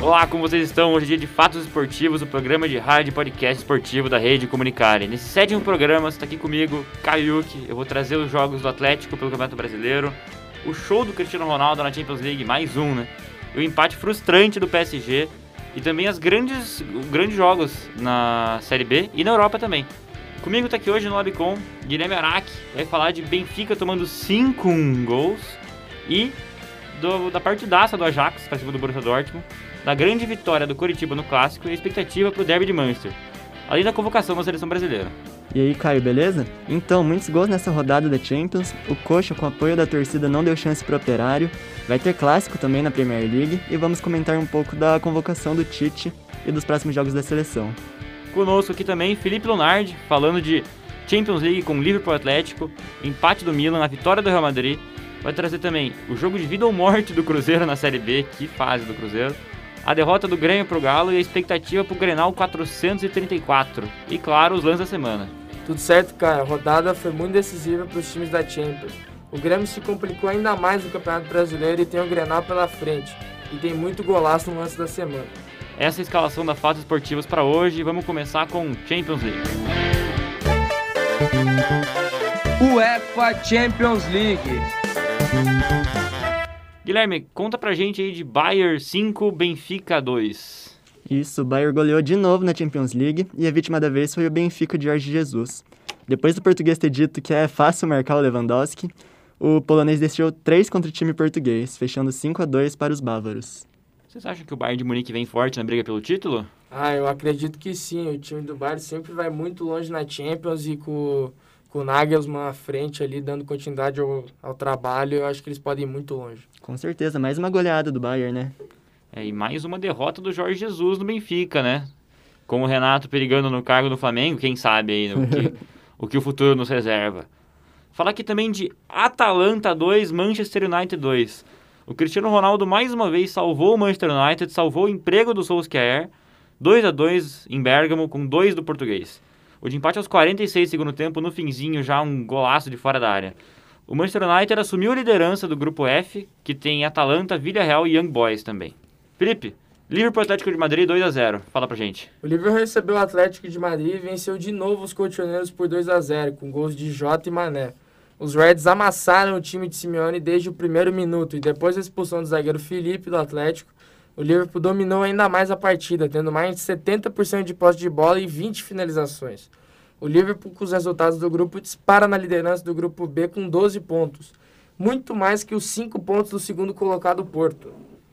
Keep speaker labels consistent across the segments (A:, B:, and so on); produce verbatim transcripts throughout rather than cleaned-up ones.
A: Olá, como vocês estão? Hoje é dia de Fatos Esportivos, o programa de rádio e podcast esportivo da Rede Comunicare. Nesse sétimo programa, você está aqui comigo, Caio Yuki. Eu vou trazer os jogos do Atlético pelo Campeonato Brasileiro, o show do Cristiano Ronaldo na Champions League, mais um, né? E o empate frustrante do P S G e também as grandes, grandes jogos na Série B e na Europa também. Comigo está aqui hoje no Labicom, Guilherme Araque, vai falar de Benfica tomando cinco gols e do, da partidaça do Ajax para cima do Borussia Dortmund, da grande vitória do Coritiba no Clássico e a expectativa para o derby de Manchester, além da convocação da seleção brasileira.
B: E aí, Caio, beleza? Então, muitos gols nessa rodada da Champions, o Coxa, com apoio da torcida, não deu chance pro Operário, vai ter Clássico também na Premier League e vamos comentar um pouco da convocação do Tite e dos próximos jogos da seleção.
A: Conosco aqui também Felipe Lunardi, falando de Champions League com Liverpool Atlético, empate do Milan, a vitória do Real Madrid, vai trazer também o jogo de vida ou morte do Cruzeiro na Série B, que fase do Cruzeiro, a derrota do Grêmio pro Galo e a expectativa pro Grenal quatrocentos e trinta e quatro. E claro, os lances da semana.
C: Tudo certo, cara. A rodada foi muito decisiva para os times da Champions. O Grêmio se complicou ainda mais no Campeonato Brasileiro e tem o Grenal pela frente. E tem muito golaço no lance da semana.
A: Essa é a escalação da Fatos Esportivos para hoje. Vamos começar com Champions League.
D: UEFA Champions League.
A: Guilherme, conta pra gente aí de Bayern cinco, Benfica dois.
B: Isso, o Bayern goleou de novo na Champions League e a vítima da vez foi o Benfica de Jorge Jesus. Depois do português ter dito que é fácil marcar o Lewandowski, o polonês deixou três contra o time português, fechando cinco a dois para os bávaros.
A: Vocês acham que o Bayern de Munique vem forte na briga pelo título?
C: Ah, eu acredito que sim. O time do Bayern sempre vai muito longe na Champions e com, com o Nagelsmann à frente ali, dando continuidade ao, ao trabalho, eu acho que eles podem ir muito longe.
B: Com certeza, mais uma goleada do Bayern, né?
A: É, e mais uma derrota do Jorge Jesus no Benfica, né? Com o Renato perigando no cargo do Flamengo, quem sabe aí, né? o, que, o que o futuro nos reserva. Falar aqui também de Atalanta dois, Manchester United dois. O Cristiano Ronaldo mais uma vez salvou o Manchester United, salvou o emprego do Solskjaer, dois a dois em Bérgamo com dois do português. O de empate aos quarenta e seis segundo tempo, no finzinho já um golaço de fora da área. O Manchester United assumiu a liderança do grupo F, que tem Atalanta, Villarreal e Young Boys também. Felipe, Liverpool Atlético de Madrid dois a zero, fala pra gente.
C: O Liverpool recebeu o Atlético de Madrid e venceu de novo os colchoneiros por dois a zero, com gols de Jota e Mané. Os Reds amassaram o time de Simeone desde o primeiro minuto e depois da expulsão do zagueiro Felipe do Atlético, o Liverpool dominou ainda mais a partida, tendo mais de setenta por cento de posse de bola e vinte finalizações. O Liverpool, com os resultados do grupo, dispara na liderança do grupo B com doze pontos, muito mais que os cinco pontos do segundo colocado Porto.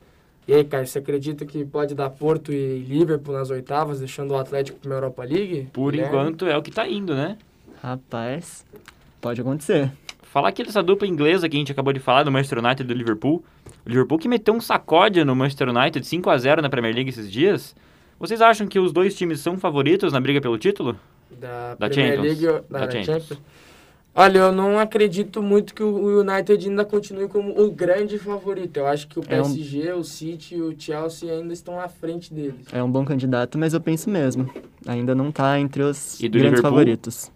C: E aí, Caio, você acredita que pode dar Porto e Liverpool nas oitavas, deixando o Atlético para a Europa League?
A: Por
C: Guilherme?
A: enquanto é o que tá indo, né?
B: Rapaz, pode acontecer.
A: Falar aqui dessa dupla inglesa que a gente acabou de falar, do Manchester United e do Liverpool. O Liverpool que meteu um sacode no Manchester United, cinco a zero na Premier League esses dias. Vocês acham que os dois times são favoritos na briga pelo título?
C: Da,
A: Da
C: Premier
A: Champions.
C: League, da,
A: Da
C: da
A: Champions.
C: Champions. Olha, eu não acredito muito que o United ainda continue como o grande favorito. Eu acho que o P S G,
B: É um...
C: o City e o Chelsea ainda estão à frente deles.
B: É um bom candidato, mas eu penso mesmo. Ainda não tá entre os
A: E do
B: grandes
A: Liverpool?
B: favoritos.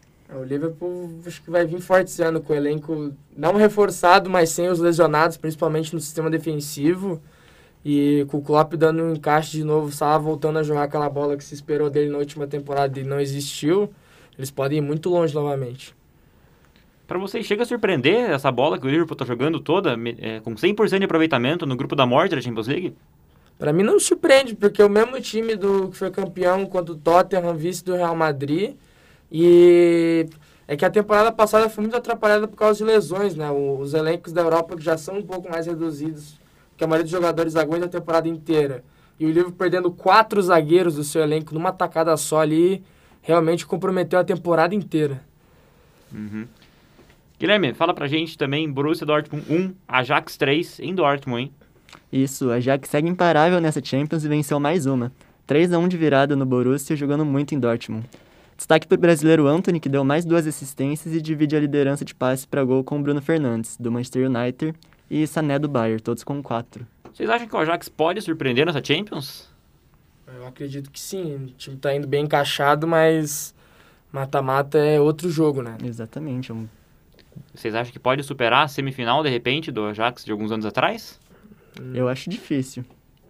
C: O Liverpool acho que vai vir forte esse ano com o elenco não reforçado, mas sem os lesionados, principalmente no sistema defensivo. E com o Klopp dando um encaixe de novo, Salah voltando a jogar aquela bola que se esperou dele na última temporada e não existiu, eles podem ir muito longe novamente.
A: Pra vocês, chega a surpreender essa bola que o Liverpool tá jogando toda, é, com cem por cento de aproveitamento no grupo da morte da Champions League?
C: Pra mim não surpreende, porque o mesmo time do que foi campeão quanto o Tottenham, vice do Real Madrid, e é que a temporada passada foi muito atrapalhada por causa de lesões, né? Os elencos da Europa que já são um pouco mais reduzidos, que a maioria dos jogadores aguenta a temporada inteira. E o Liverpool perdendo quatro zagueiros do seu elenco numa tacada só ali, realmente comprometeu a temporada inteira.
A: Uhum. Guilherme, fala pra gente também, Borussia Dortmund um, Ajax três, em Dortmund, hein?
B: Isso, a Ajax segue imparável nessa Champions e venceu mais uma. três a um de virada no Borussia, jogando muito em Dortmund. Destaque para o brasileiro Antony, que deu mais duas assistências e divide a liderança de passe para gol com o Bruno Fernandes, do Manchester United, e Sané do Bayern, todos com quatro.
A: Vocês acham que o Ajax pode surpreender nessa Champions?
C: Eu acredito que sim, o time tá indo bem encaixado, mas mata-mata é outro jogo, né?
B: Exatamente. É um...
A: Vocês acham que pode superar a semifinal, de repente, do Ajax de alguns anos atrás?
B: Eu acho difícil.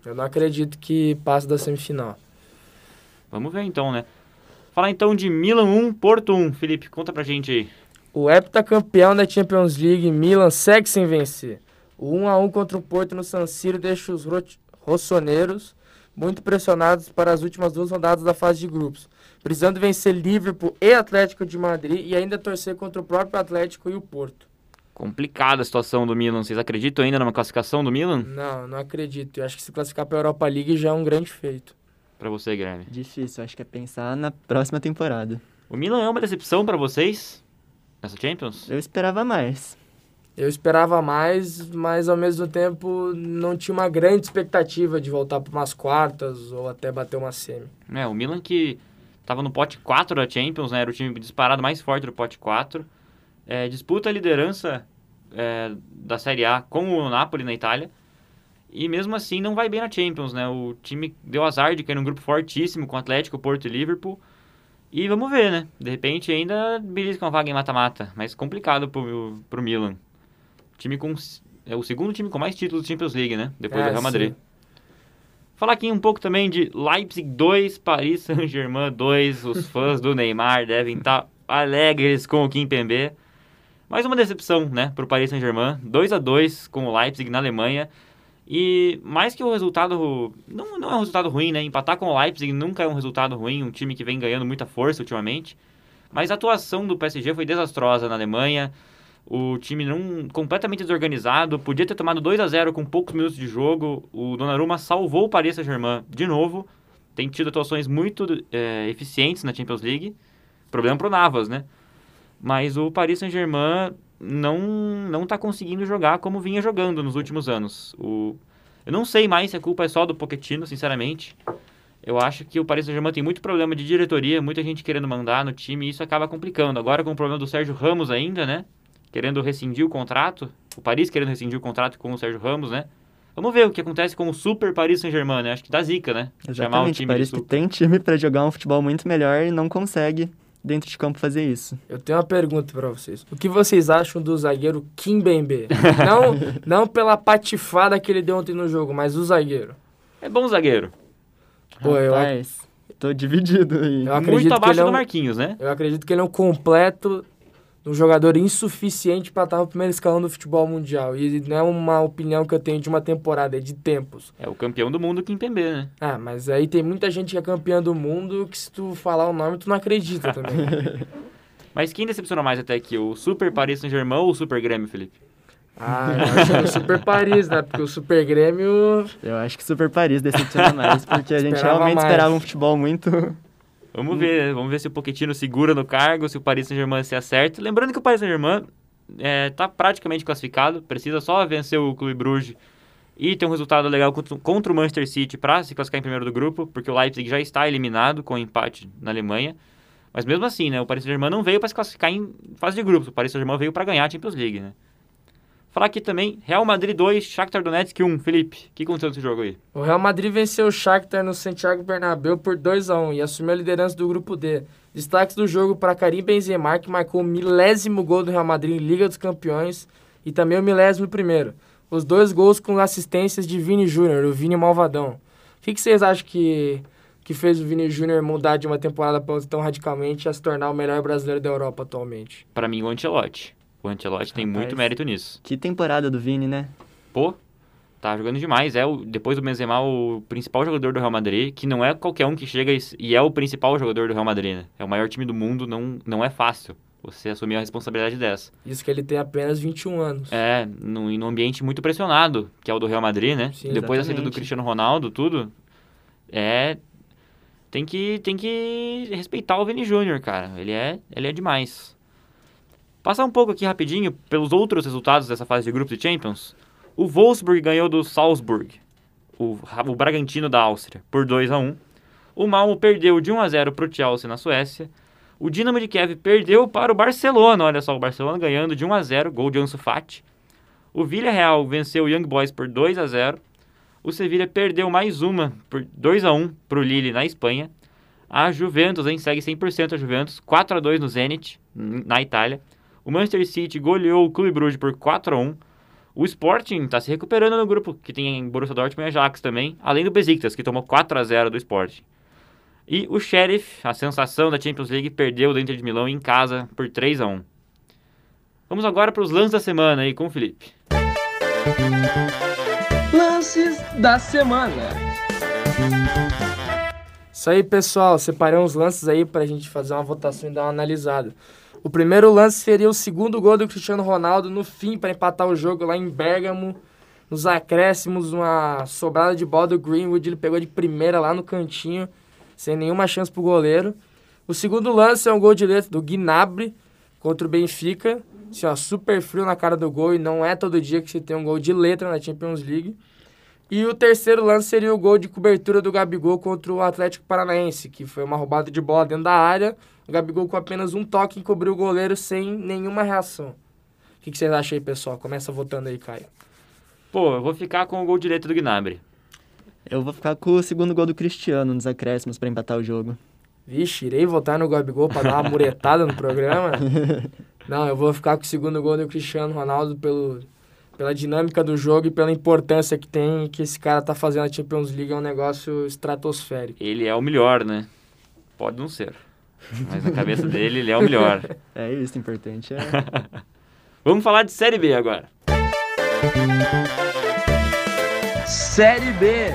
C: Eu não acredito que passe da semifinal.
A: Vamos ver então, né? Falar então de Milan um, Porto um. Felipe, conta pra gente aí.
C: O heptacampeão da Champions League, Milan, segue sem vencer. O um a um contra o Porto no San Siro deixa os ro- rossoneiros muito pressionados para as últimas duas rodadas da fase de grupos, precisando vencer Liverpool e Atlético de Madrid e ainda torcer contra o próprio Atlético e o Porto.
A: Complicada a situação do Milan. Vocês acreditam ainda numa classificação do Milan?
C: Não, não acredito. Eu acho que se classificar para a Europa League já é um grande feito.
A: Pra você, Guilherme.
B: Difícil, acho que é pensar na próxima temporada.
A: O Milan é uma decepção pra vocês nessa Champions?
B: Eu esperava mais.
C: Eu esperava mais, mas ao mesmo tempo não tinha uma grande expectativa de voltar para umas quartas ou até bater uma semi.
A: É, o Milan que tava no pote quatro da Champions, né? Era o time disparado mais forte do pote quatro. É, disputa a liderança é, da Série A com o Napoli na Itália. E mesmo assim não vai bem na Champions, né? O time deu azar de cair num grupo fortíssimo com Atlético, Porto e Liverpool. E vamos ver, né? De repente ainda belisca uma vaga em mata-mata. Mas complicado pro, pro Milan. Time com, é o segundo time com mais títulos de Champions League, né? Depois
C: É,
A: do Real Madrid.
C: sim.
A: Falar aqui um pouco também de Leipzig dois, Paris Saint-Germain dois. Os fãs do Neymar devem estar alegres com o Kimpembe. Mais uma decepção, né? Pro Paris Saint-Germain. dois a dois com o Leipzig na Alemanha. E mais que o resultado... Não, não é um resultado ruim, né? Empatar com o Leipzig nunca é um resultado ruim. Um time que vem ganhando muita força ultimamente. Mas a atuação do P S G foi desastrosa na Alemanha. O time não, completamente desorganizado. Podia ter tomado dois a zero com poucos minutos de jogo. O Donnarumma salvou o Paris Saint-Germain de novo. Tem tido atuações muito é, eficientes na Champions League. Problema pro Navas, né? Mas o Paris Saint-Germain não, não tá conseguindo jogar como vinha jogando nos últimos anos. O, eu não sei mais se a culpa é só do Pochettino, sinceramente. Eu acho que o Paris Saint-Germain tem muito problema de diretoria, muita gente querendo mandar no time e isso acaba complicando. Agora com o problema do Sérgio Ramos ainda, né? Querendo rescindir o contrato. O Paris querendo rescindir o contrato com o Sérgio Ramos, né? Vamos ver o que acontece com o Super Paris Saint-Germain, né? Acho que dá zica, né? Chamar o
B: Exatamente,
A: time
B: o Paris
A: de
B: que
A: super.
B: tem time pra jogar um futebol muito melhor e não consegue, dentro de campo, fazer isso.
C: Eu tenho uma pergunta pra vocês. O que vocês acham do zagueiro Kimpembe? Não, não pela patifada que ele deu ontem no jogo, mas o zagueiro.
A: É bom zagueiro.
C: Pô, eu, ac-
B: Rapaz, tô dividido aí.
C: eu acredito
A: Muito
C: que
A: abaixo
C: ele é
A: do
C: um,
A: Marquinhos, né?
C: eu acredito que ele é um completo, um jogador insuficiente pra estar no primeiro escalão do futebol mundial. E não é uma opinião que eu tenho de uma temporada, é de tempos.
A: É o campeão do mundo Kimpembe, né?
C: Ah, mas aí tem muita gente que é campeã do mundo que se tu falar o nome, tu não acredita também.
A: Mas quem decepcionou mais até aqui? O Super Paris Saint-Germain ou o Super Grêmio, Felipe?
C: Ah, eu acho que é o Super Paris, né? Porque o Super Grêmio...
B: Eu acho que Super Paris decepciona mais, porque a gente
C: Esperava
B: realmente
C: mais.
B: esperava um futebol muito...
A: Vamos ver, vamos ver se o Pochettino segura no cargo, se o Paris Saint-Germain se acerta. Lembrando que o Paris Saint-Germain é, tá praticamente classificado, precisa só vencer o Clube Bruges e ter um resultado legal contra, contra o Manchester City para se classificar em primeiro do grupo, porque o Leipzig já está eliminado com empate na Alemanha. Mas mesmo assim, né, o Paris Saint-Germain não veio para se classificar em fase de grupos, o Paris Saint-Germain veio para ganhar a Champions League, né? Falar aqui também, Real Madrid dois, Shakhtar Donetsk um. Felipe, o que aconteceu nesse jogo aí?
C: O Real Madrid venceu o Shakhtar no Santiago Bernabéu por dois a um e assumiu a liderança do grupo D. Destaques do jogo para Karim Benzema, que marcou o milésimo gol do Real Madrid em Liga dos Campeões e também o milésimo primeiro. Os dois gols com assistências de Vini Júnior, o Vini Malvadão. O que, que vocês acham que, que fez o Vini Júnior mudar de uma temporada para outra tão radicalmente e a se tornar o melhor brasileiro da Europa atualmente?
A: Para mim, o Ancelotti. O Ancelotti tem
B: Rapaz.
A: muito mérito nisso.
B: Que temporada do Vini, né?
A: Pô, tá jogando demais. É o, depois do Benzema, o principal jogador do Real Madrid, que não é qualquer um que chega e, e é o principal jogador do Real Madrid, né? É o maior time do mundo, não, não é fácil você assumir uma responsabilidade dessa.
C: Isso que ele tem apenas vinte e um anos.
A: É, num, num ambiente muito pressionado, que é o do Real Madrid, né?
C: Sim,
A: depois da saída do
B: exatamente.
A: Cristiano Ronaldo, tudo, é... Tem que, tem que respeitar o Vini Júnior, cara. Ele é, ele é demais. Passar um pouco aqui rapidinho pelos outros resultados dessa fase de grupos de Champions. O Wolfsburg ganhou do Salzburg, o, o Bragantino da Áustria, por dois a um. O Malmo perdeu de um a zero para o Chelsea na Suécia. O Dinamo de Kiev perdeu para o Barcelona, olha só, o Barcelona ganhando de um a zero, gol de Ansu Fati. O Villarreal venceu o Young Boys por dois a zero. O Sevilla perdeu mais uma por dois a um para o Lille na Espanha. A Juventus, hein, segue cem por cento a Juventus, quatro a dois no Zenit, na Itália. O Manchester City goleou o Clube Bruges por quatro a um. O Sporting tá se recuperando no grupo, que tem Borussia Dortmund e Ajax também, além do Besiktas, que tomou quatro a zero do Sporting. E o Sheriff, a sensação da Champions League, perdeu do Inter de Milão em casa por três a um. Vamos agora para os lances da semana aí com o Felipe.
D: Lances da semana.
C: Isso aí, pessoal. Separei uns lances aí pra gente fazer uma votação e dar uma analisada. O primeiro lance seria o segundo gol do Cristiano Ronaldo no fim para empatar o jogo lá em Bérgamo. Nos acréscimos, uma sobrada de bola do Greenwood. Ele pegou de primeira lá no cantinho, sem nenhuma chance pro goleiro. O segundo lance é um gol de letra do Gnabry contra o Benfica. Assim, ó, super frio na cara do gol, e não é todo dia que você tem um gol de letra na Champions League. E o terceiro lance seria o gol de cobertura do Gabigol contra o Atlético Paranaense, que foi uma roubada de bola dentro da área. O Gabigol com apenas um toque encobriu o goleiro sem nenhuma reação. O que, que vocês acham aí, pessoal? Começa votando aí, Caio.
A: Pô, eu vou ficar com o gol de letra do Gnabry.
B: Eu vou ficar com o segundo gol do Cristiano nos acréscimos para empatar o jogo.
C: Vixe, irei votar no Gabigol para dar uma muretada no programa. Não, eu vou ficar com o segundo gol do Cristiano Ronaldo pelo, pela dinâmica do jogo e pela importância que tem que esse cara tá fazendo na Champions League. É um negócio estratosférico.
A: Ele é o melhor, né? Pode não ser. Mas na cabeça dele, ele é o melhor.
B: É isso, importante é...
A: Vamos falar de Série B agora.
D: Série B.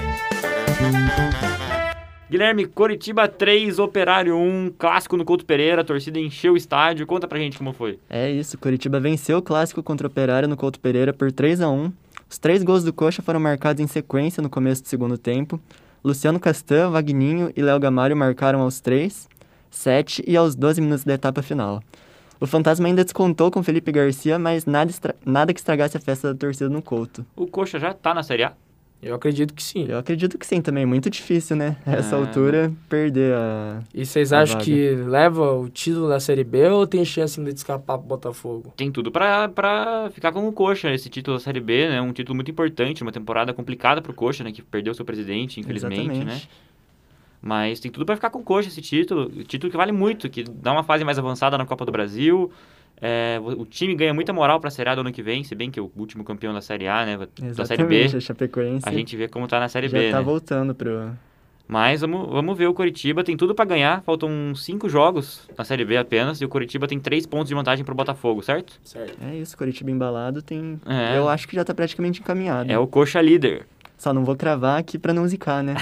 A: Guilherme, Coritiba três, Operário um, clássico no Couto Pereira, a torcida encheu o estádio. Conta pra gente como foi.
B: É isso, Coritiba venceu o clássico contra o Operário no Couto Pereira por três a um. Os três gols do Coxa foram marcados em sequência no começo do segundo tempo. Luciano Castan, Vagninho e Léo Gamalho marcaram aos três, sete e aos doze minutos da etapa final. O Fantasma ainda descontou com Felipe Garcia, mas nada, estra... nada que estragasse a festa da torcida no Couto.
A: O Coxa já tá na Série A?
C: Eu acredito que sim.
B: Eu acredito que sim também, muito difícil, né? Essa
A: Ah.
B: altura, perder a...
C: E vocês
B: a
C: acham
B: vaga.
C: que leva o título da Série B ou tem chance ainda de escapar pro Botafogo?
A: Tem tudo pra, pra ficar com o Coxa, esse título da Série B, né? Um título muito importante, uma temporada complicada pro Coxa, né? Que perdeu seu presidente, infelizmente,
B: Exatamente.
A: né? Mas tem tudo pra ficar com o Coxa esse título. Título que vale muito, que dá uma fase mais avançada na Copa do Brasil. É, o time ganha muita moral pra Série A do ano que vem, se bem que o último campeão da Série A, né? Da Série B,
B: Exatamente, a Chapecoense
A: a gente vê como tá na Série
B: já
A: B,
B: tá
A: né?
B: voltando pro...
A: Mas vamos, vamos ver o Coritiba, tem tudo pra ganhar, faltam cinco jogos na Série B apenas, e o Coritiba tem três pontos de vantagem pro Botafogo, certo?
C: Certo.
B: É isso, Coritiba embalado tem...
A: É.
B: Eu acho que já tá praticamente encaminhado.
A: É o Coxa líder.
B: Só não vou cravar aqui pra não zicar, né?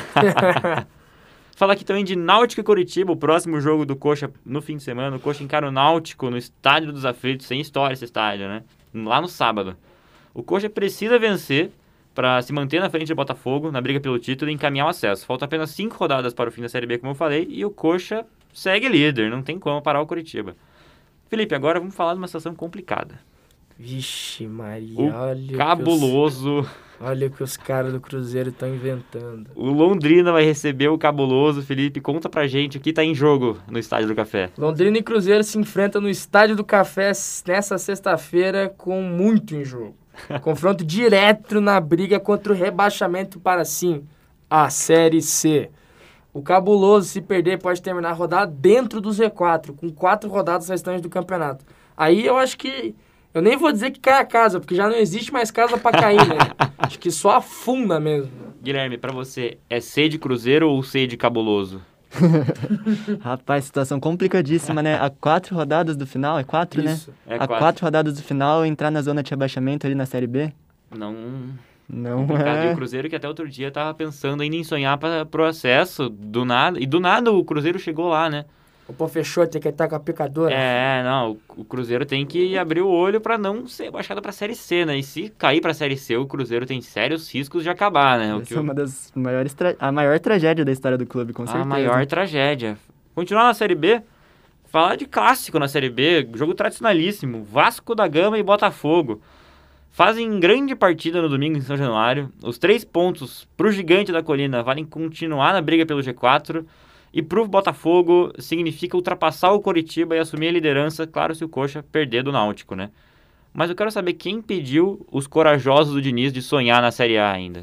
A: Falar aqui também de Náutico e Coritiba, o próximo jogo do Coxa no fim de semana. O Coxa encara o Náutico no Estádio dos Aflitos, sem história esse estádio, né? Lá no sábado. O Coxa precisa vencer para se manter na frente do Botafogo, na briga pelo título e encaminhar o acesso. Faltam apenas cinco rodadas para o fim da Série B, como eu falei, e o Coxa segue líder, não tem como parar o Coritiba. Felipe, agora vamos falar de uma situação complicada.
C: Vixe, Maria,
A: O
C: olha que os-
A: Cabuloso...
C: olha o que os caras do Cruzeiro estão inventando.
A: O Londrina vai receber o Cabuloso. Felipe, conta pra gente o que tá em jogo no Estádio do Café.
C: Londrina e Cruzeiro se enfrentam no Estádio do Café nessa sexta-feira com muito em jogo. Confronto direto na briga contra o rebaixamento para, sim, a Série C. O Cabuloso, se perder, pode terminar a rodada dentro do Z quatro, com quatro rodadas restantes do campeonato. Aí eu acho que... Eu nem vou dizer que cai a casa, porque já não existe mais casa pra cair, né? Acho que só afunda mesmo.
A: Guilherme, pra você, é C de Cruzeiro ou C de Cabuloso?
B: Rapaz, situação complicadíssima, né? A quatro rodadas do final, é quatro,
C: Isso.
B: né?
A: É
B: a
A: quatro.
B: quatro rodadas do final, entrar na zona de rebaixamento ali na Série B?
A: Não...
B: Não
A: Complicado. E o
B: é...
A: Cruzeiro que até outro dia tava pensando ainda em sonhar para pro acesso, do nada. E do nada o Cruzeiro chegou lá, né?
C: O pô fechou, tem que estar com a picadora.
A: É, não, o o Cruzeiro tem que abrir o olho pra não ser baixado pra Série C, né? E se cair pra Série C, o Cruzeiro tem sérios riscos de acabar, né? O que
B: Essa é
A: o-
B: uma das maiores... Tra... A maior tragédia da história do clube, com certeza.
A: a maior tragédia. Continuar na Série B, falar de clássico na Série B, jogo tradicionalíssimo, Vasco da Gama e Botafogo. Fazem grande partida no domingo em São Januário. Os três pontos pro Gigante da Colina valem continuar na briga pelo G quatro. E pro Botafogo significa ultrapassar o Coritiba e assumir a liderança, claro, se o Coxa perder do Náutico, né? Mas eu quero saber quem impediu os corajosos do Diniz de sonhar na Série A ainda.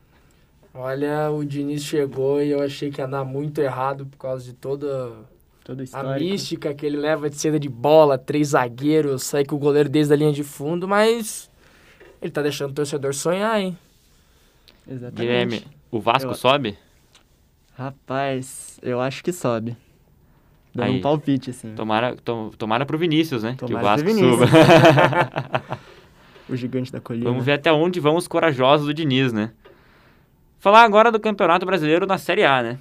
C: Olha, o Diniz chegou e eu achei que ia dar muito errado por causa de toda
B: Todo
C: a
B: histórico.
C: mística que ele leva de saída de bola, três zagueiros, sai com o goleiro desde a linha de fundo, mas Ele tá deixando o torcedor sonhar, hein?
B: Exatamente.
A: Guilherme, o Vasco
B: Eu-
A: sobe?
B: Rapaz, eu acho que sobe. Dando
A: Aí.
B: um palpite, assim.
A: Tomara, to, tomara pro Vinícius, né? que o
B: Tomara
A: Vasco
B: pro Vinícius.
A: suba.
B: O gigante da colina.
A: Vamos ver até onde vão os corajosos do Diniz, né? Falar agora do Campeonato Brasileiro na Série A, né?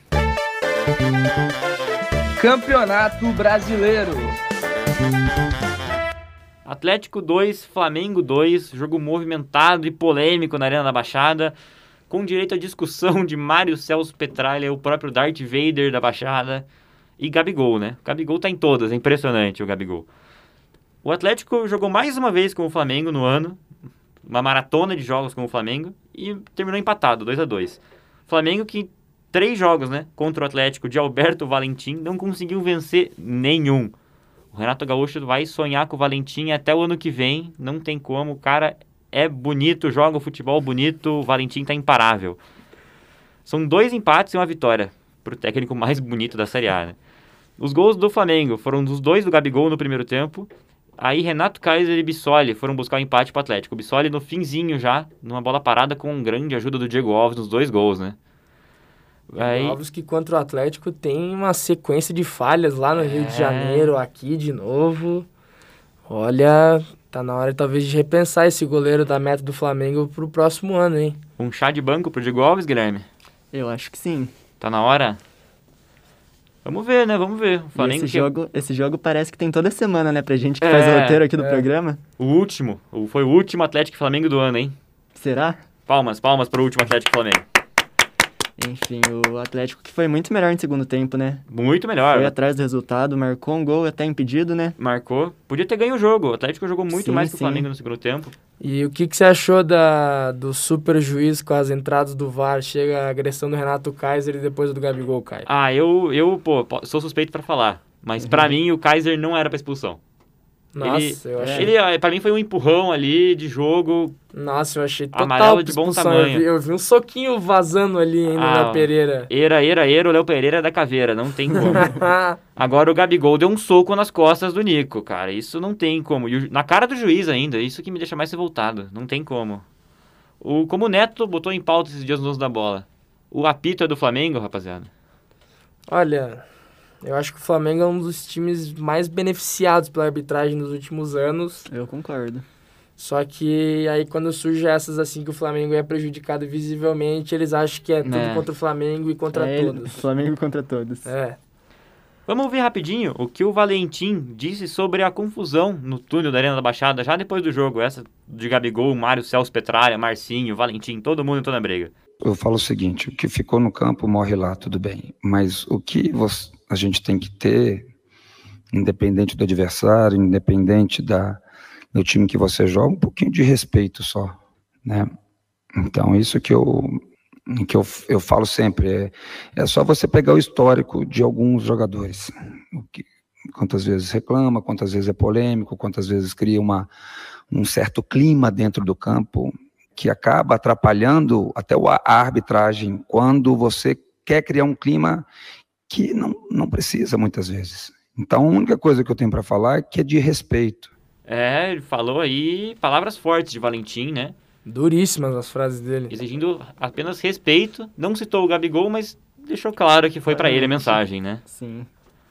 D: Campeonato Brasileiro.
A: Atlético dois, Flamengo dois, jogo movimentado e polêmico na Arena da Baixada, com direito à discussão de Mário Celso Petralha, o próprio Darth Vader da Baixada, e Gabigol, né? O Gabigol tá em todas, é impressionante o Gabigol. O Atlético jogou mais uma vez com o Flamengo no ano, uma maratona de jogos com o Flamengo, e terminou empatado, dois a dois. Flamengo que três jogos, né, contra o Atlético de Alberto Valentim, não conseguiu vencer nenhum. O Renato Gaúcho vai sonhar com o Valentim até o ano que vem, não tem como, o cara é bonito, joga o futebol bonito, o Valentim tá imparável. São dois empates e uma vitória pro técnico mais bonito da Série A, né? Os gols do Flamengo foram dos dois do Gabigol no primeiro tempo, aí Renato Kaiser e Bissoli foram buscar o empate pro Atlético. O Bissoli no finzinho já, numa bola parada com grande ajuda do Diego Alves nos dois gols, né? Aí,
C: Alves que contra o Atlético tem uma sequência de falhas lá no Rio de
A: É.
C: Janeiro, aqui de novo. Olha, tá na hora talvez de repensar esse goleiro da meta do Flamengo pro próximo ano, hein?
A: um chá de banco pro Diego Alves, Guilherme?
B: Eu acho que sim.
A: Tá na hora? Vamos ver, né? Vamos ver. O
B: E
A: Flamengo
B: esse,
A: que-
B: jogo, esse jogo parece que tem toda semana, né? Pra gente que
A: É,
B: faz o roteiro aqui do
C: é.
B: programa.
A: O último. o- Foi o último Atlético e Flamengo do ano, hein?
B: Será?
A: Palmas, palmas pro último Atlético e Flamengo.
B: Enfim, o Atlético que foi muito melhor no segundo tempo, né?
A: Muito melhor.
B: Foi atrás do resultado, marcou um gol até impedido, né?
A: Marcou. Podia ter ganho o jogo. O Atlético jogou muito
B: Sim,
A: mais que o
B: sim.
A: Flamengo no segundo tempo.
C: E o que, que você achou da, do super juiz com as entradas do V A R? Chega a agressão do Renato Kaiser e depois do Gabigol, Caio.
A: Ah, eu, eu pô, po- sou suspeito pra falar. Mas
B: Uhum.
A: pra mim o Kaiser não era pra expulsão.
C: Nossa, eu achei,
A: Ele, ah, pra mim foi um empurrão ali de jogo.
C: nossa, eu achei total
A: Amarelo de bom
C: expulsão. Eu
A: tamanho.
C: vi, eu vi um soquinho vazando ali ainda
A: Ah,
C: na Pereira.
A: Era, era, era, o Léo Pereira é da caveira, não tem como. Agora o Gabigol deu um soco nas costas do Nico, cara. Isso não tem como. E o- na cara do juiz ainda, isso que me deixa mais revoltado. Não tem como. O, como o Neto botou em pauta esses dias no uso da bola. O apito é do Flamengo, rapaziada.
C: Olha, eu acho que o Flamengo é um dos times mais beneficiados pela arbitragem nos últimos anos.
B: Eu concordo.
C: Só que aí quando surge essas assim que o Flamengo é prejudicado visivelmente, eles acham que é tudo
A: É.
C: contra o Flamengo e contra
B: É ele-
C: todos.
B: Flamengo contra todos.
C: É.
A: Vamos ouvir rapidinho o que o Valentim disse sobre a confusão no túnel da Arena da Baixada, já depois do jogo. Essa de Gabigol, Mário Celso Petralha, Marcinho, Valentim, todo mundo entrou na briga.
E: Eu falo o seguinte, o que ficou no campo morre lá, tudo bem. Mas o que você- a gente tem que ter, independente do adversário, independente da, do time que você joga, um pouquinho de respeito só, né? Então, isso que eu, que eu, eu falo sempre, é, é só você pegar o histórico de alguns jogadores. O que, quantas vezes reclama, quantas vezes é polêmico, quantas vezes cria uma, um certo clima dentro do campo, que acaba atrapalhando até a arbitragem quando você quer criar um clima que não, não precisa muitas vezes. Então, a única coisa que eu tenho para falar é que é de respeito.
A: É, ele falou aí palavras fortes de Valentim, né?
C: Duríssimas as frases dele.
A: Exigindo apenas respeito. Não citou o Gabigol, mas deixou claro que foi pra ele a mensagem, né?
B: Sim.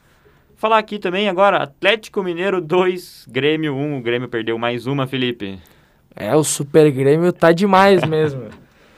A: Falar aqui também agora, Atlético Mineiro dois, Grêmio um. O Grêmio perdeu mais uma, Felipe.
C: É, o Super Grêmio tá demais mesmo.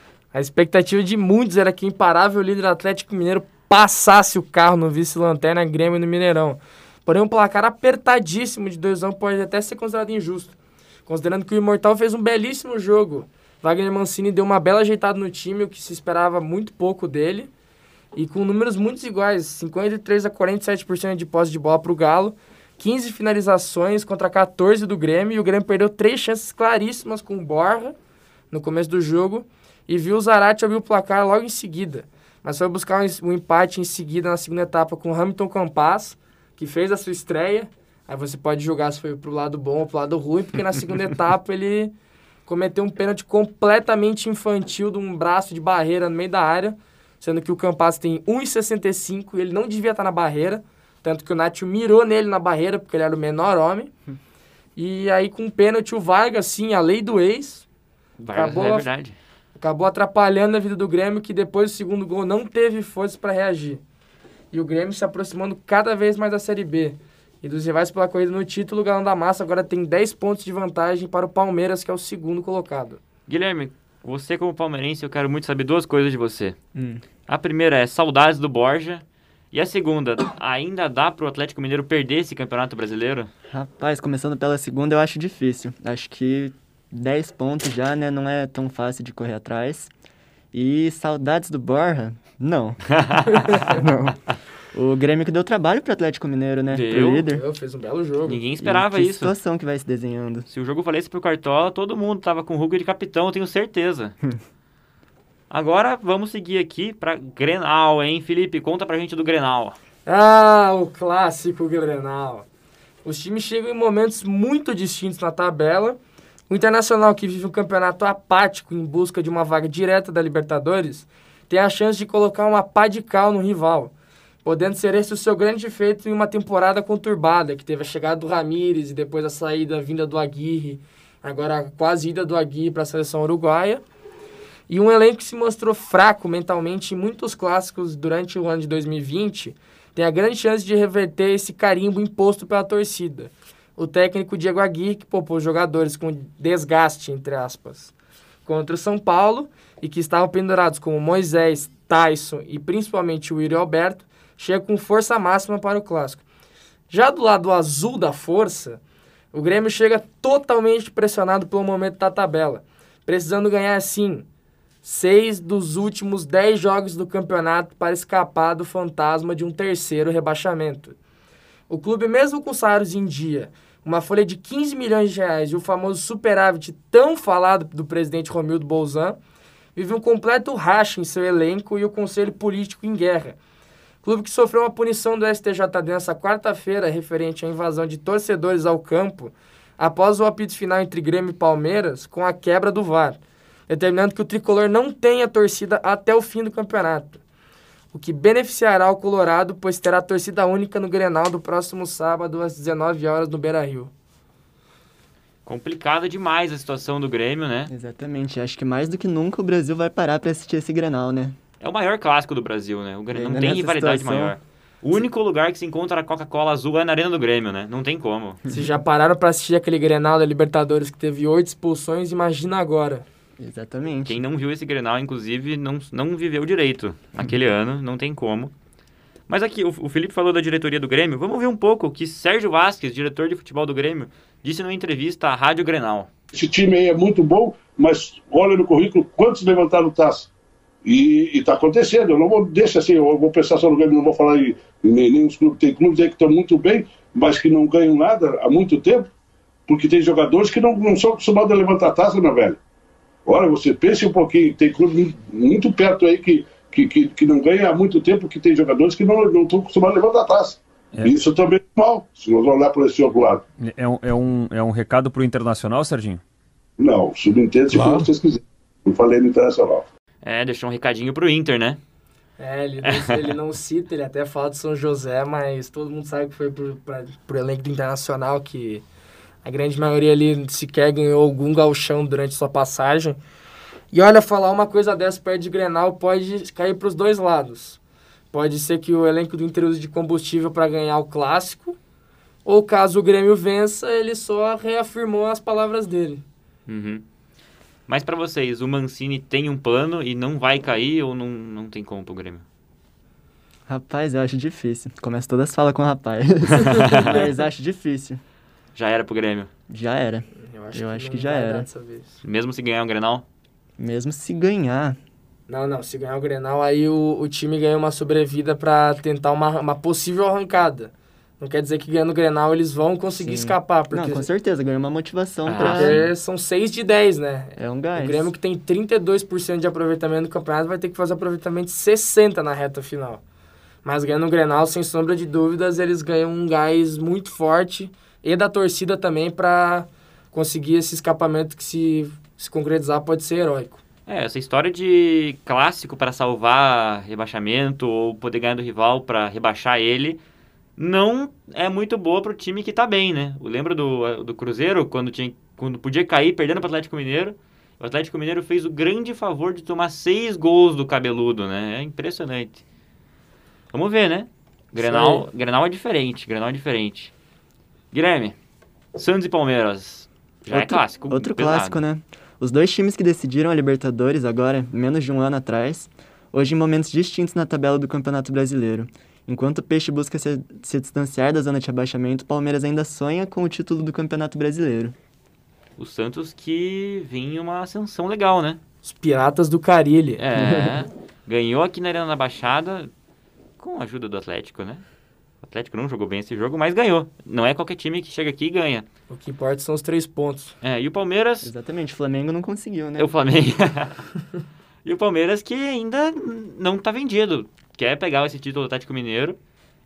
C: A expectativa de muitos era que o imparável líder Atlético Mineiro passasse o carro no vice-lanterna Grêmio no Mineirão. Porém, um placar apertadíssimo de dois a um pode até ser considerado injusto, considerando que o Imortal fez um belíssimo jogo. Wagner Mancini deu uma bela ajeitada no time, o que se esperava muito pouco dele, e com números muito iguais, cinquenta e três a quarenta e sete por cento de posse de bola para o Galo, quinze finalizações contra quatorze do Grêmio, e o Grêmio perdeu três chances claríssimas com o Borja no começo do jogo, e viu o Zarate abrir o placar logo em seguida. Mas foi buscar um, um empate em seguida na segunda etapa com o Hamilton Campas, que fez a sua estreia. Aí você pode julgar se foi pro lado bom ou pro lado ruim, porque na segunda etapa ele cometeu um pênalti completamente infantil de um braço de barreira no meio da área, sendo que o Campas tem um e sessenta e cinco e ele não devia estar na barreira, tanto que o Nacho mirou nele na barreira, porque ele era o menor homem. E aí com o pênalti o Vargas, sim, a lei do ex, Acabou,
A: é verdade.
C: acabou atrapalhando a vida do Grêmio, que depois do segundo gol não teve força para reagir. E o Grêmio se aproximando cada vez mais da Série B. E dos rivais pela corrida no título, o Galão da Massa agora tem dez pontos de vantagem para o Palmeiras, que é o segundo colocado.
A: Guilherme, você como palmeirense, eu quero muito saber duas coisas de você.
B: Hum.
A: A primeira é saudades do Borja. E a segunda, ainda dá pro Atlético Mineiro perder esse Campeonato Brasileiro?
B: Rapaz, começando pela segunda, eu acho difícil. Acho que dez pontos já, né? Não é tão fácil de correr atrás. E saudades do Borja? Não. Não. O Grêmio que deu trabalho pro Atlético Mineiro, né?
A: Deu.
B: Pro líder.
C: Eu fez um belo jogo.
A: Ninguém esperava
B: E que
A: isso.
B: situação que vai se desenhando.
A: Se o jogo valesse pro Cartola, todo mundo tava com o Hulk de capitão, eu tenho certeza. Agora vamos seguir aqui pra Grenal, hein? Felipe, conta pra gente do Grenal.
C: Ah, o clássico Grenal. Os times chegam em momentos muito distintos na tabela. O Internacional, que vive um campeonato apático em busca de uma vaga direta da Libertadores, tem a chance de colocar uma pá de cal no rival, podendo ser esse o seu grande feito em uma temporada conturbada, que teve a chegada do Ramírez e depois a saída, a vinda do Aguirre, agora a quase ida do Aguirre para a seleção uruguaia. E um elenco que se mostrou fraco mentalmente em muitos clássicos durante o ano de dois mil e vinte, tem a grande chance de reverter esse carimbo imposto pela torcida. O técnico Diego Aguirre, que poupou os jogadores com desgaste, entre aspas, contra o São Paulo, e que estavam pendurados como Moisés, Tyson e principalmente o Yuri Alberto, chega com força máxima para o clássico. Já do lado azul da força, o Grêmio chega totalmente pressionado pelo momento da tabela, precisando ganhar, sim, seis dos últimos dez jogos do campeonato para escapar do fantasma de um terceiro rebaixamento. O clube, mesmo com salários em dia, uma folha de quinze milhões de reais e o famoso superávit tão falado do presidente Romildo Bolzan, vive um completo racha em seu elenco e o conselho político em guerra. Clube que sofreu uma punição do S T J D nessa quarta-feira referente à invasão de torcedores ao campo após o apito final entre Grêmio e Palmeiras com a quebra do V A R, determinando que o tricolor não tenha torcida até o fim do campeonato, o que beneficiará o Colorado, pois terá torcida única no Grenal do próximo sábado às dezenove horas no Beira-Rio.
A: Complicada demais a situação do Grêmio, né?
B: Exatamente. Acho que mais do que nunca o Brasil vai parar pra assistir esse Grenal, né?
A: É o maior clássico do Brasil, né? O Grêmio não
B: Ainda
A: tem
B: nessa
A: rivalidade
B: situação.
A: maior. O único lugar que se encontra a Coca-Cola azul é na Arena do Grêmio, né? Não tem como.
C: Se já pararam para assistir aquele Grenal da Libertadores que teve oito expulsões, imagina agora.
B: Exatamente.
A: Quem não viu esse Grenal, inclusive, não, não viveu direito aquele ano, não tem como. Mas aqui, o, o Felipe falou da diretoria do Grêmio. Vamos ver um pouco o que Sérgio Vasquez, diretor de futebol do Grêmio, disse numa entrevista à Rádio Grenal.
F: Esse time aí é muito bom, mas olha no currículo quantos levantaram taça. E está acontecendo. Eu não vou deixar assim, eu vou pensar só no Grêmio, não vou falar em, em nenhum clube. Tem clubes aí que estão muito bem, mas que não ganham nada há muito tempo, porque tem jogadores que não, não são acostumados a levantar taça, meu velho. Olha, você pense um pouquinho, tem clube muito perto aí que, que, que, que não ganha há muito tempo, que tem jogadores que não, não estão acostumados a levantar taça. É. Isso também é mal, se nós olhar para esse outro lado.
G: É um, é um, é um recado para o Internacional, Serginho?
F: Não, subentende se claro. Vocês quiserem. Não falei no Internacional.
A: É, deixou um recadinho pro Inter, né?
C: É, ele não, ele não cita, ele até fala de São José, mas todo mundo sabe que foi pro, pra, pro elenco do Internacional, que a grande maioria ali sequer ganhou algum gauchão durante sua passagem. E olha, falar uma coisa dessa perto de Grenal pode cair pros dois lados. Pode ser que o elenco do Inter use de combustível para ganhar o clássico, ou caso o Grêmio vença, ele só reafirmou as palavras dele.
A: Uhum. Mas pra vocês, o Mancini tem um plano e não vai cair ou não, não tem como pro Grêmio?
B: Rapaz, eu acho difícil. Começa todas as falas com o rapaz. Mas acho difícil.
A: Já era pro Grêmio?
B: Já era.
C: Eu acho
B: eu
C: que,
B: acho que já era.
A: Mesmo se ganhar um Grenal?
B: Mesmo se ganhar.
C: Não, não. Se ganhar o Grenal, aí o, o time ganha uma sobrevida pra tentar uma, uma possível arrancada. Não quer dizer que ganhando o Grenal eles vão conseguir
B: Sim.
C: escapar. Porque...
B: Não, com certeza, ganha uma motivação
C: ah,
B: pra...
C: Porque são seis de dez, né?
B: É um gás.
C: O Grêmio que tem trinta e dois por cento de aproveitamento no campeonato vai ter que fazer aproveitamento de sessenta por cento na reta final. Mas ganhando o Grenal, sem sombra de dúvidas, eles ganham um gás muito forte e da torcida também para conseguir esse escapamento que, se, se concretizar, pode ser heróico.
A: É, essa história de clássico para salvar rebaixamento ou poder ganhar do rival para rebaixar ele não é muito boa pro time que tá bem, né? Eu lembro do, do Cruzeiro, quando, tinha, quando podia cair, perdendo pro Atlético Mineiro, O Atlético Mineiro fez o grande favor de tomar seis gols do cabeludo, né? É impressionante. Vamos ver, né? Grenal, Grenal é diferente, Grenal é diferente. Guilherme, Santos e Palmeiras. Já
B: outro,
A: é clássico.
B: Outro
A: pesado.
B: clássico, né? Os dois times que decidiram a Libertadores agora, menos de um ano atrás, hoje em momentos distintos na tabela do Campeonato Brasileiro. Enquanto o Peixe busca se, se distanciar da zona de abaixamento, o Palmeiras ainda sonha com o título do Campeonato Brasileiro.
A: O Santos que vinha uma ascensão legal, né?
C: Os Piratas do Carilli.
A: É, ganhou aqui na Arena da Baixada com a ajuda do Atlético, né? O Atlético não jogou bem esse jogo, mas ganhou. Não é qualquer time que chega aqui e ganha.
C: O que importa são os três pontos.
A: É, e o Palmeiras...
B: Exatamente, o Flamengo não conseguiu, né?
A: É o Flamengo. E o Palmeiras que ainda não tá vendido. Quer pegar esse título do Atlético Mineiro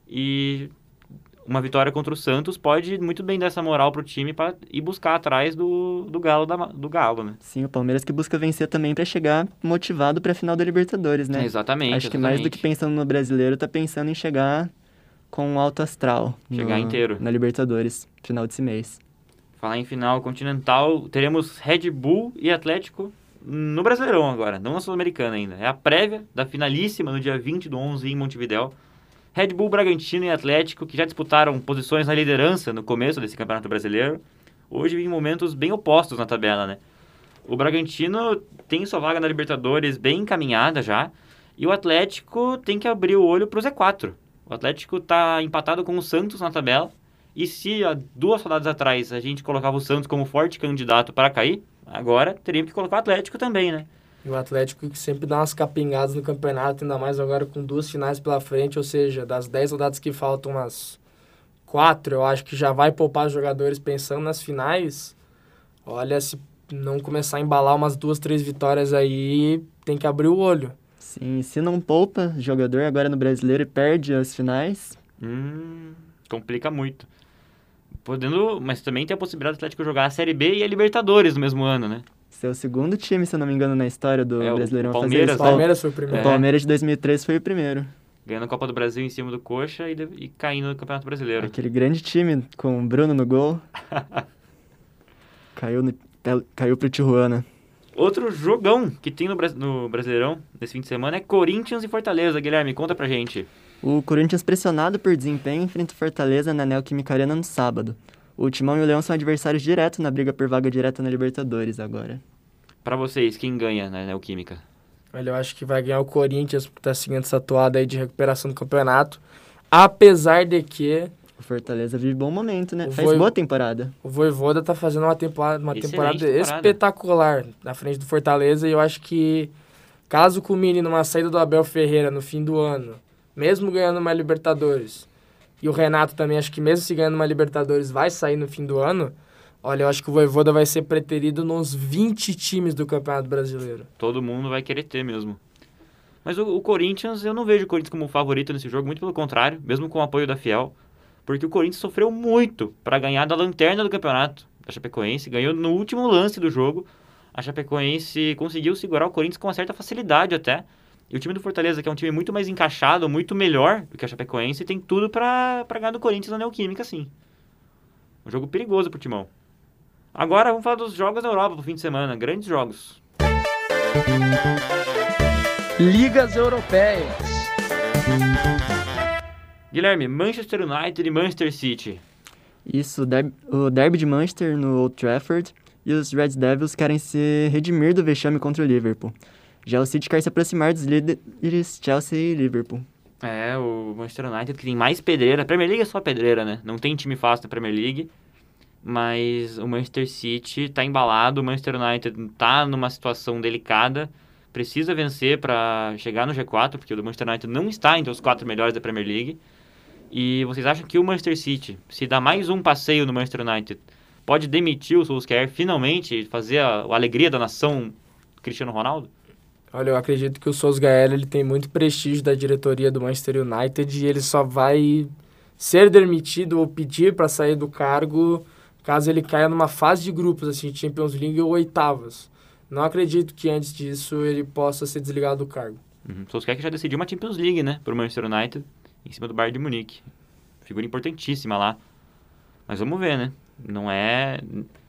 A: e uma vitória contra o Santos pode muito bem dar essa moral pro time para ir buscar atrás do, do, Galo, da, do Galo, né?
B: Sim, o Palmeiras que busca vencer também para chegar motivado para a final da Libertadores, né?
A: É, exatamente.
B: Acho que
A: exatamente.
B: mais do que pensando no brasileiro, tá pensando em chegar com um alto astral.
A: Chegar
B: no,
A: inteiro.
B: Na Libertadores, final desse mês.
A: Falar em final continental, teremos Red Bull e Atlético no Brasileirão agora, não na Sul-Americana ainda. É a prévia da finalíssima no dia vinte do onze em Montevidéu. Red Bull, Bragantino e Atlético, que já disputaram posições na liderança no começo desse Campeonato Brasileiro, hoje vivem momentos bem opostos na tabela, né? O Bragantino tem sua vaga na Libertadores bem encaminhada já, e o Atlético tem que abrir o olho para o Z quatro. O Atlético está empatado com o Santos na tabela, e se há duas rodadas atrás a gente colocava o Santos como forte candidato para cair, agora teríamos que colocar o Atlético também, né?
C: E o Atlético que sempre dá umas capingadas no campeonato, ainda mais agora com duas finais pela frente, ou seja, das dez rodadas que faltam, umas quatro, eu acho que já vai poupar os jogadores pensando nas finais. Olha, se não começar a embalar umas duas, três vitórias aí, tem que abrir o olho.
B: Sim, se não poupa jogador agora no Brasileiro e perde as finais...
A: Hum, complica muito. Podendo, mas também tem a possibilidade do Atlético jogar a Série B e a Libertadores no mesmo ano, né?
B: Esse é o segundo time, se eu não me engano, na história do
A: É, o
B: Brasileirão a fazer
A: Palmeiras,
B: isso.
C: O Palmeiras foi o
B: O
C: primeiro.
B: Palmeiras de dois mil e três foi o primeiro.
A: Ganhando a Copa do Brasil em cima do Coxa e, de, e caindo no Campeonato Brasileiro.
B: Aquele grande time com o Bruno no gol. caiu, no, caiu pro Tijuana.
A: Outro jogão que tem no, no Brasileirão nesse fim de semana é Corinthians e Fortaleza. Guilherme, conta pra gente.
B: O Corinthians, pressionado por desempenho, enfrenta o Fortaleza na Neoquímica Arena no sábado. O Timão e o Leão são adversários diretos na briga por vaga direta na Libertadores agora.
A: Pra vocês, quem ganha na Neoquímica?
C: Olha, eu acho que vai ganhar o Corinthians, porque tá seguindo essa toada aí de recuperação do campeonato. Apesar de que
B: O Fortaleza vive bom momento, né?
C: O
B: Faz
C: Voi-
B: boa temporada.
C: o Voivoda tá fazendo uma temporada, uma
A: Excelente
C: temporada
A: temporada.
C: espetacular na frente do Fortaleza. E eu acho que, caso culmine numa saída do Abel Ferreira no fim do ano, mesmo ganhando uma Libertadores, e o Renato também, acho que mesmo se ganhando uma Libertadores, vai sair no fim do ano, olha, eu acho que o Voivoda vai ser preterido nos vinte times do Campeonato Brasileiro.
A: Todo mundo vai querer ter mesmo. Mas o, o Corinthians, eu não vejo o Corinthians como favorito nesse jogo, muito pelo contrário, mesmo com o apoio da Fiel, porque o Corinthians sofreu muito para ganhar da lanterna do campeonato, da Chapecoense, ganhou no último lance do jogo. A Chapecoense conseguiu segurar o Corinthians com uma certa facilidade até. E o time do Fortaleza, que é um time muito mais encaixado, muito melhor do que a Chapecoense, tem tudo para ganhar do Corinthians na Neoquímica, sim. Um jogo perigoso pro Timão. Agora vamos falar dos jogos da Europa pro fim de semana, grandes jogos.
D: Ligas Europeias.
A: Guilherme, Manchester United e Manchester City.
B: Isso, o derby, o derby de Manchester no Old Trafford e os Red Devils querem se redimir do vexame contra o Liverpool. Já o City quer se aproximar dos líderes Chelsea e Liverpool.
A: É, o Manchester United que tem mais pedreira. A Premier League é só pedreira, né? Não tem time fácil na Premier League. Mas o Manchester City tá embalado, o Manchester United tá numa situação delicada. Precisa vencer para chegar no G quatro, porque o Manchester United não está entre os quatro melhores da Premier League. E vocês acham que o Manchester City, se dá mais um passeio no Manchester United, pode demitir o Solskjaer finalmente, fazer a, a alegria da nação Cristiano Ronaldo?
C: Olha, eu acredito que o Solskjaer, ele tem muito prestígio da diretoria do Manchester United e ele só vai ser demitido ou pedir para sair do cargo caso ele caia numa fase de grupos, assim, Champions League ou oitavas. Não acredito que antes disso ele possa ser desligado do cargo.
A: Uhum. O Solskjaer que já decidiu uma Champions League, né, pro Manchester United, em cima do Bayern de Munique. Figura importantíssima lá. Mas vamos ver, né? Não é...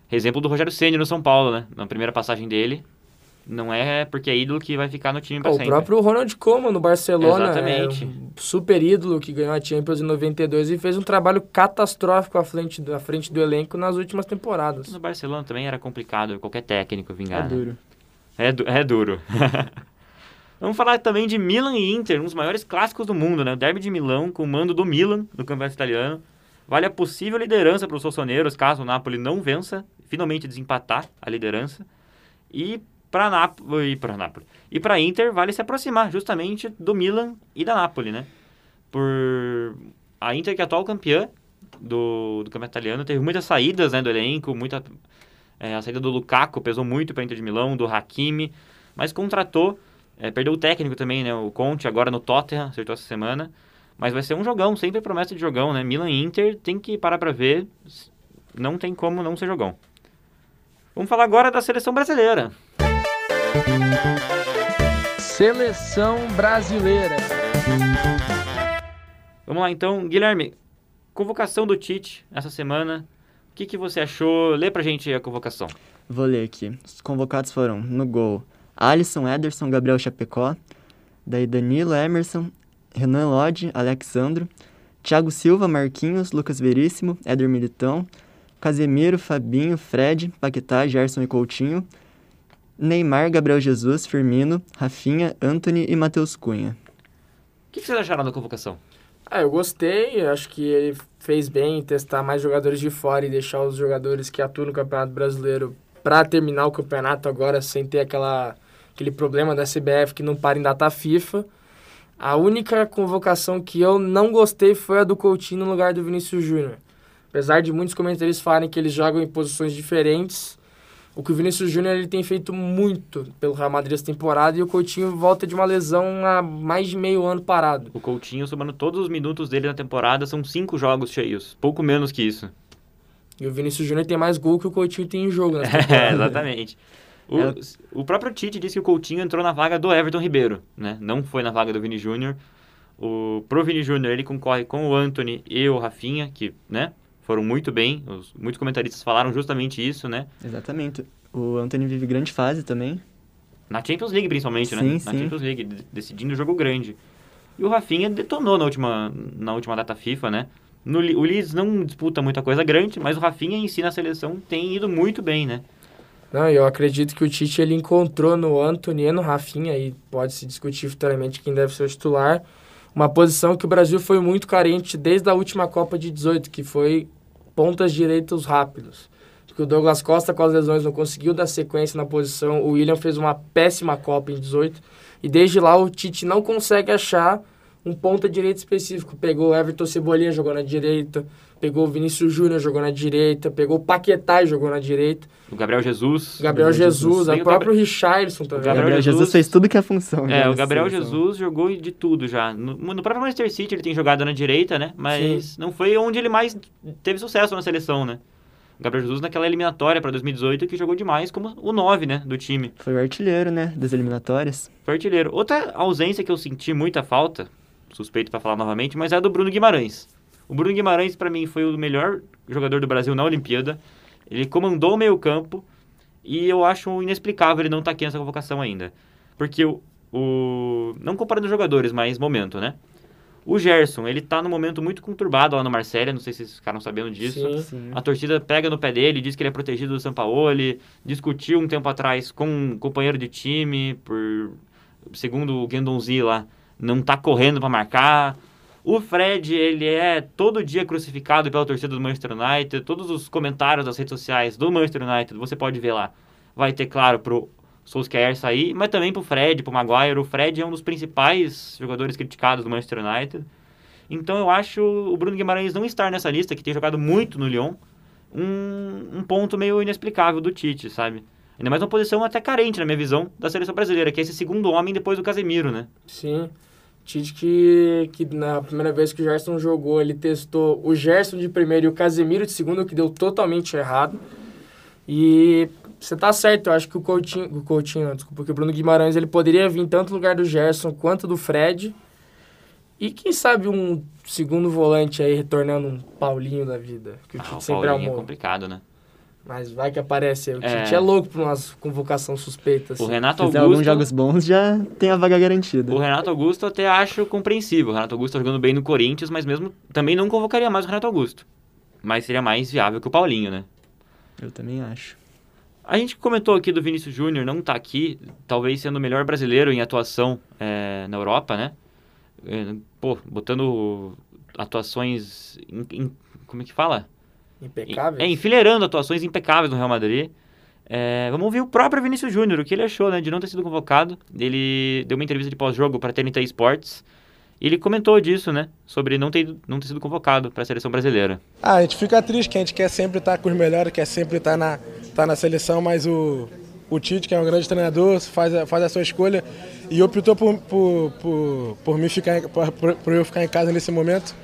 A: Exemplo do Rogério Ceni no São Paulo, né? Na primeira passagem dele, não é porque é ídolo que vai ficar no time pra
C: O
A: sempre.
C: próprio Ronald Koeman no Barcelona,
A: Exatamente.
C: É um super ídolo que ganhou a Champions em noventa e dois e fez um trabalho catastrófico à frente do, à frente do elenco nas últimas temporadas.
A: No Barcelona também era complicado qualquer técnico vingar.
B: É duro.
A: É, du é duro. Vamos falar também de Milan e Inter, um dos maiores clássicos do mundo, né? O derby de Milão, com o mando do Milan no campeonato italiano. Vale a possível liderança para os rossoneiros, caso o Napoli não vença, finalmente desempatar a liderança. E para Napoli, e para Napoli. E para Inter vale se aproximar justamente do Milan e da Napoli, né? Por a Inter, que é a atual campeã do, do campeonato italiano, teve muitas saídas, né, do elenco, muita é, a saída do Lukaku pesou muito para a Inter de Milão, do Hakimi, mas contratou, é, perdeu o técnico também, né, o Conte, agora no Tottenham, acertou essa semana. Mas vai ser um jogão, sempre promessa de jogão, né? Milan e Inter, tem que parar pra ver. Não tem como não ser jogão. Vamos falar agora da seleção brasileira.
D: Seleção brasileira.
A: Vamos lá então, Guilherme. Convocação do Tite essa semana. O que, que você achou? Lê pra gente a convocação.
B: Vou ler aqui. Os convocados foram, no gol, Alisson, Ederson, Gabriel Chapecó. Daí Danilo, Emerson, Renan Lodge, Alexandro, Thiago Silva, Marquinhos, Lucas Veríssimo, Éder Militão, Casemiro, Fabinho, Fred, Paquetá, Gerson e Coutinho, Neymar, Gabriel Jesus, Firmino, Rafinha, Antony e Matheus Cunha.
A: O que, que vocês acharam da convocação?
C: Ah, eu gostei, eu acho que ele fez bem em testar mais jogadores de fora e deixar os jogadores que atuam no Campeonato Brasileiro para terminar o campeonato agora sem ter aquela, aquele problema da C B F que não para em data FIFA. A única convocação que eu não gostei foi a do Coutinho no lugar do Vinícius Júnior. Apesar de muitos comentaristas falarem que eles jogam em posições diferentes, o que o Vinícius Júnior ele tem feito muito pelo Real Madrid essa temporada e o Coutinho volta de uma lesão há mais de meio ano parado.
A: O Coutinho, somando todos os minutos dele na temporada, são cinco jogos cheios. Pouco menos que isso.
C: E o Vinícius Júnior tem mais gol que o Coutinho tem em jogo nessa
A: É,
C: temporada.
A: exatamente. O,
B: É.
A: o próprio Tite disse que o Coutinho entrou na vaga do Everton Ribeiro, né? Não foi na vaga do Vini Júnior. O, pro Vini Júnior, ele concorre com o Antony e o Rafinha, que, né, foram muito bem. Os, muitos comentaristas falaram justamente isso, né?
B: Exatamente. O Antony vive grande fase também.
A: Na Champions League, principalmente, né?
B: Sim,
A: Na
B: sim.
A: Champions League, de- decidindo o jogo grande. E o Rafinha detonou na última, na última data FIFA, né? No, Li- o Leeds não disputa muita coisa grande, mas o Rafinha em si na seleção tem ido muito bem, né?
C: Não, eu acredito que o Tite ele encontrou no Antony e no Rafinha, e pode-se discutir futuramente quem deve ser o titular, uma posição que o Brasil foi muito carente desde a última Copa de dezoito, que foi pontas direitos rápidos. Porque o Douglas Costa, com as lesões, não conseguiu dar sequência na posição, o William fez uma péssima Copa em dezoito, e desde lá o Tite não consegue achar um ponta direito específico. Pegou o Everton Cebolinha, jogou na direita, pegou o Vinícius Júnior, jogou na direita, pegou o Paquetá e jogou na direita,
A: O Gabriel Jesus.
C: Gabriel Jesus,
A: Tem
C: o
A: o
C: próprio
A: Gabri-
C: Richarlison também.
A: o Gabriel
B: Gabriel
A: Jesus
B: Jesus fez tudo que é função.
A: É,
B: já
A: o
B: nessa
A: Gabriel
B: seleção.
A: Jesus jogou de tudo já. No, no próprio Manchester City ele tem jogado na direita, né? Mas
C: Sim.
A: não foi onde ele mais teve sucesso na seleção, né? O Gabriel Jesus naquela eliminatória para dois mil e dezoito que jogou demais como o nove, né? Do time.
B: Foi o artilheiro, né, das eliminatórias.
A: Foi artilheiro. Outra ausência que eu senti muita falta, suspeito para falar novamente, mas é a do Bruno Guimarães. O Bruno Guimarães, para mim, foi o melhor jogador do Brasil na Olimpíada. Ele comandou o meio-campo e eu acho inexplicável ele não estar aqui nessa convocação ainda. Porque o, o... não comparando jogadores, mas momento, né? O Gerson, ele tá num momento muito conturbado lá no Marselha, não sei se vocês ficaram sabendo disso.
C: Sim.
B: Sim.
A: A torcida pega no pé dele, diz que ele é protegido do Sampaoli, discutiu um tempo atrás com um companheiro de time, por segundo o Guendouzi lá, não tá correndo para marcar. O Fred, ele é todo dia crucificado pela torcida do Manchester United, todos os comentários das redes sociais do Manchester United, você pode ver lá, vai ter, claro, pro Solskjaer sair, mas também pro Fred, pro Maguire. O Fred é um dos principais jogadores criticados do Manchester United. Então eu acho o Bruno Guimarães não estar nessa lista, que tem jogado muito no Lyon, um, um ponto meio inexplicável do Tite, sabe? Ainda mais uma posição até carente, na minha visão, da seleção brasileira, que é esse segundo homem depois do Casemiro, né?
C: Sim. Tite que, que na primeira vez que o Gerson jogou, ele testou o Gerson de primeiro e o Casemiro de segundo, o que deu totalmente errado. E você tá certo, eu acho que o Coutinho, o Coutinho, não, desculpa, que o Bruno Guimarães ele poderia vir tanto no lugar do Gerson quanto do Fred. E quem sabe um segundo volante aí retornando um Paulinho da vida, que o
A: Ah,
C: Tite
A: o
C: sempre
A: Paulinho é
C: amou.
A: complicado, né?
C: Mas vai que aparece. O
A: É.
C: Tite é louco por uma convocação suspeita. Assim.
A: O Renato
B: Se fizer
A: Augusto...
B: alguns jogos bons, já tem a vaga garantida.
A: O Renato Augusto eu até acho compreensível. O Renato Augusto tá jogando bem no Corinthians, mas mesmo também não convocaria mais o Renato Augusto. Mas seria mais viável que o Paulinho, né?
B: Eu também acho.
A: A gente comentou aqui do Vinícius Júnior, não tá aqui, talvez sendo o melhor brasileiro em atuação é, na Europa, né? É, pô, botando atuações... Em, em, como é que fala?
C: Impecável.
A: É, enfileirando atuações impecáveis no Real Madrid. É, vamos ouvir o próprio Vinícius Júnior, o que ele achou, né, de não ter sido convocado. Ele deu uma entrevista de pós-jogo para a T N T Sports e ele comentou disso, né, sobre não ter, não ter sido convocado para a seleção brasileira.
H: Ah, a gente fica triste, que a gente quer sempre estar com os melhores, quer sempre estar na, estar na seleção, mas o, o Tite, que é um grande treinador, faz a, faz a sua escolha e optou por, por, por, por, mim ficar, por, por eu ficar em casa nesse momento,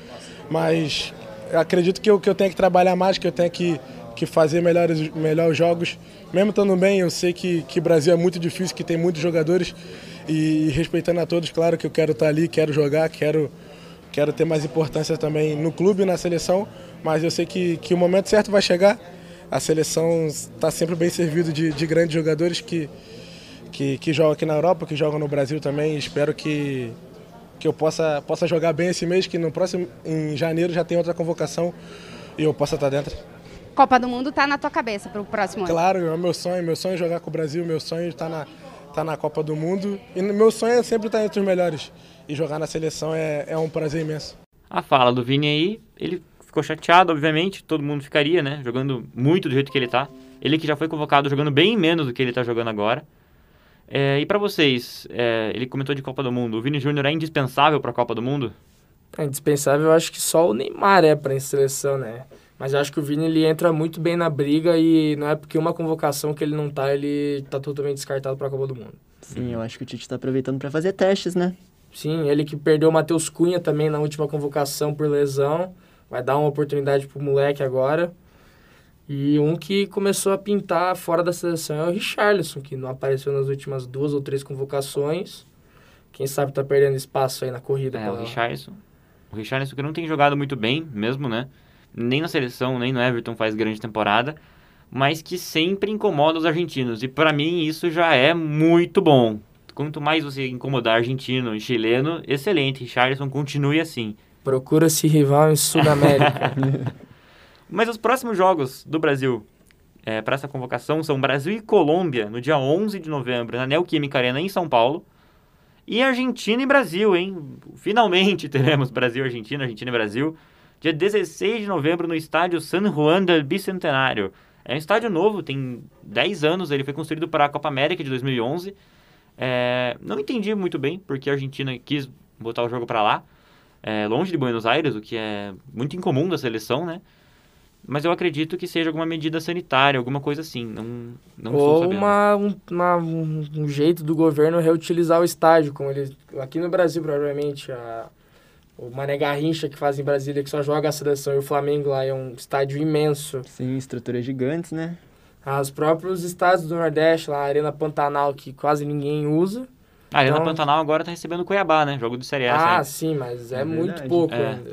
H: mas eu acredito que eu, que eu tenho que trabalhar mais, que eu tenho que, que fazer melhores, melhores jogos. Mesmo estando bem, eu sei que o Brasil é muito difícil, que tem muitos jogadores e, e respeitando a todos, claro que eu quero estar ali, quero jogar, quero, quero ter mais importância também no clube e na seleção, mas eu sei que, que o momento certo vai chegar. A seleção está sempre bem servido de, de grandes jogadores que, que, que jogam aqui na Europa, que jogam no Brasil também. Espero que, que eu possa, possa jogar bem esse mês, que no próximo, em janeiro, já tem outra convocação e eu possa estar dentro.
I: Copa do Mundo tá na tua cabeça para o próximo ano?
H: Claro, é o meu sonho, meu sonho é jogar com o Brasil, meu sonho é estar na, tá na Copa do Mundo e meu sonho é sempre estar entre os melhores e jogar na seleção é, é um prazer imenso.
A: A fala do Vini aí, ele ficou chateado, obviamente, todo mundo ficaria, né, jogando muito do jeito que ele tá. Ele que já foi convocado jogando bem menos do que ele tá jogando agora. É, e pra vocês, é, ele comentou de Copa do Mundo, o Vini Júnior é indispensável pra Copa do Mundo?
C: É indispensável, eu acho que só o Neymar é pra seleção, né? Mas eu acho que o Vini, ele entra muito bem na briga e não é porque uma convocação que ele não tá, ele tá totalmente descartado pra Copa do Mundo.
B: Sim, eu acho que o Tite tá aproveitando pra fazer testes, né?
C: Sim, ele que perdeu o Matheus Cunha também na última convocação por lesão, vai dar uma oportunidade pro moleque agora. E um que começou a pintar fora da seleção é o Richarlison, que não apareceu nas últimas duas ou três convocações. Quem sabe tá perdendo espaço aí na corrida.
A: É,
C: pra...
A: o Richarlison. O Richarlison que não tem jogado muito bem mesmo, né? Nem na seleção, nem no Everton faz grande temporada, mas que sempre incomoda os argentinos. E pra mim isso já é muito bom. Quanto mais você incomodar argentino e chileno, excelente. Richarlison continue assim.
C: Procura-se rival em Sudamérica.
A: Mas os próximos jogos do Brasil é, para essa convocação são Brasil e Colômbia, no dia onze de novembro, na Neoquímica Arena, em São Paulo. E Argentina e Brasil, hein? Finalmente teremos Brasil e Argentina, Argentina e Brasil. Dia dezesseis de novembro, no estádio San Juan del Bicentenário. É um estádio novo, tem dez anos, ele foi construído para a Copa América de dois mil e onze. É, não entendi muito bem porque a Argentina quis botar o jogo para lá, é, longe de Buenos Aires, o que é muito incomum da seleção, né? Mas eu acredito que seja alguma medida sanitária, alguma coisa assim, não, não estou
C: Ou
A: sabendo.
C: uma, um, uma, um, um jeito do governo reutilizar o estádio, como ele... Aqui no Brasil, provavelmente, a... O Mané Garrincha, que faz em Brasília, que só joga a seleção, e o Flamengo lá é um estádio imenso.
B: Sim, estruturas gigantes, né?
C: Ah, os próprios estádios do Nordeste, lá a Arena Pantanal, que quase ninguém usa.
A: A Arena
C: Então-
A: Pantanal agora tá recebendo o Cuiabá, né? Jogo de Série A.
C: Ah,
A: né?
C: sim, mas é,
B: É
C: muito
B: verdade.
C: pouco
A: É.
C: ainda.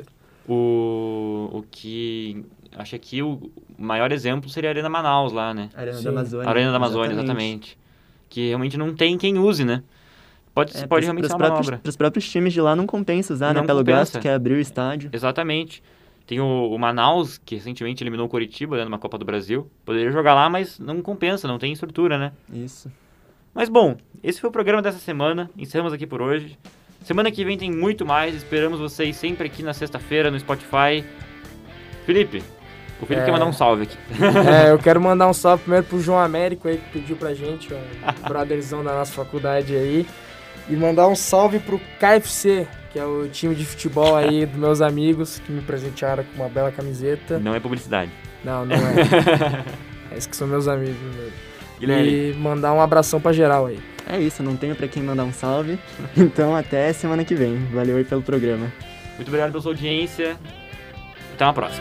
A: O, o que... Acho que aqui o maior exemplo seria a Arena Manaus lá, né?
B: Arena
C: Sim.
B: da Amazônia.
A: A Arena da Amazônia, exatamente. Que realmente não tem quem use, né? Pode,
B: É,
A: pode
B: pros-
A: realmente
B: pros
A: ser uma
B: próprios,
A: manobra.
B: pros próprios times de lá não compensa usar,
A: Não
B: né? Pelo
A: compensa.
B: gasto que é abrir o estádio.
A: Exatamente. Tem o, o Manaus, que recentemente eliminou o Coritiba, né, numa Copa do Brasil. Poderia jogar lá, mas não compensa, não tem estrutura, né?
B: Isso.
A: Mas bom, esse foi o programa dessa semana. Encerramos aqui por hoje. Semana que vem tem muito mais. Esperamos vocês sempre aqui na sexta-feira no Spotify. Felipe, o Felipe
C: É.
A: quer mandar um salve aqui.
C: É, eu quero mandar um salve primeiro pro João Américo aí, que pediu pra gente, um brotherzão da nossa faculdade aí. E mandar um salve pro K F C, que é o time de futebol aí dos meus amigos, que me presentearam com uma bela camiseta.
A: Não é publicidade.
C: Não, não é. Esses que são meus amigos mesmo.
A: Guilherme,
C: E mandar um abração pra geral aí.
B: É isso, não tenho pra quem mandar um salve. Então até semana que vem. Valeu aí pelo programa.
A: muito obrigado pela sua audiência. Até uma próxima.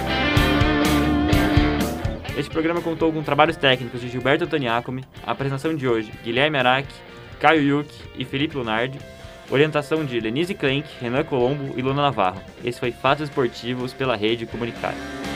A: Este programa contou com trabalhos técnicos de Gilberto Antoniacomi, a apresentação de hoje, Guilherme Araque, Caio Yuki e Felipe Lunardi, orientação de Denise Klenk, Renan Colombo e Luna Navarro. Esse foi Fatos Esportivos pela Rede Comunicar.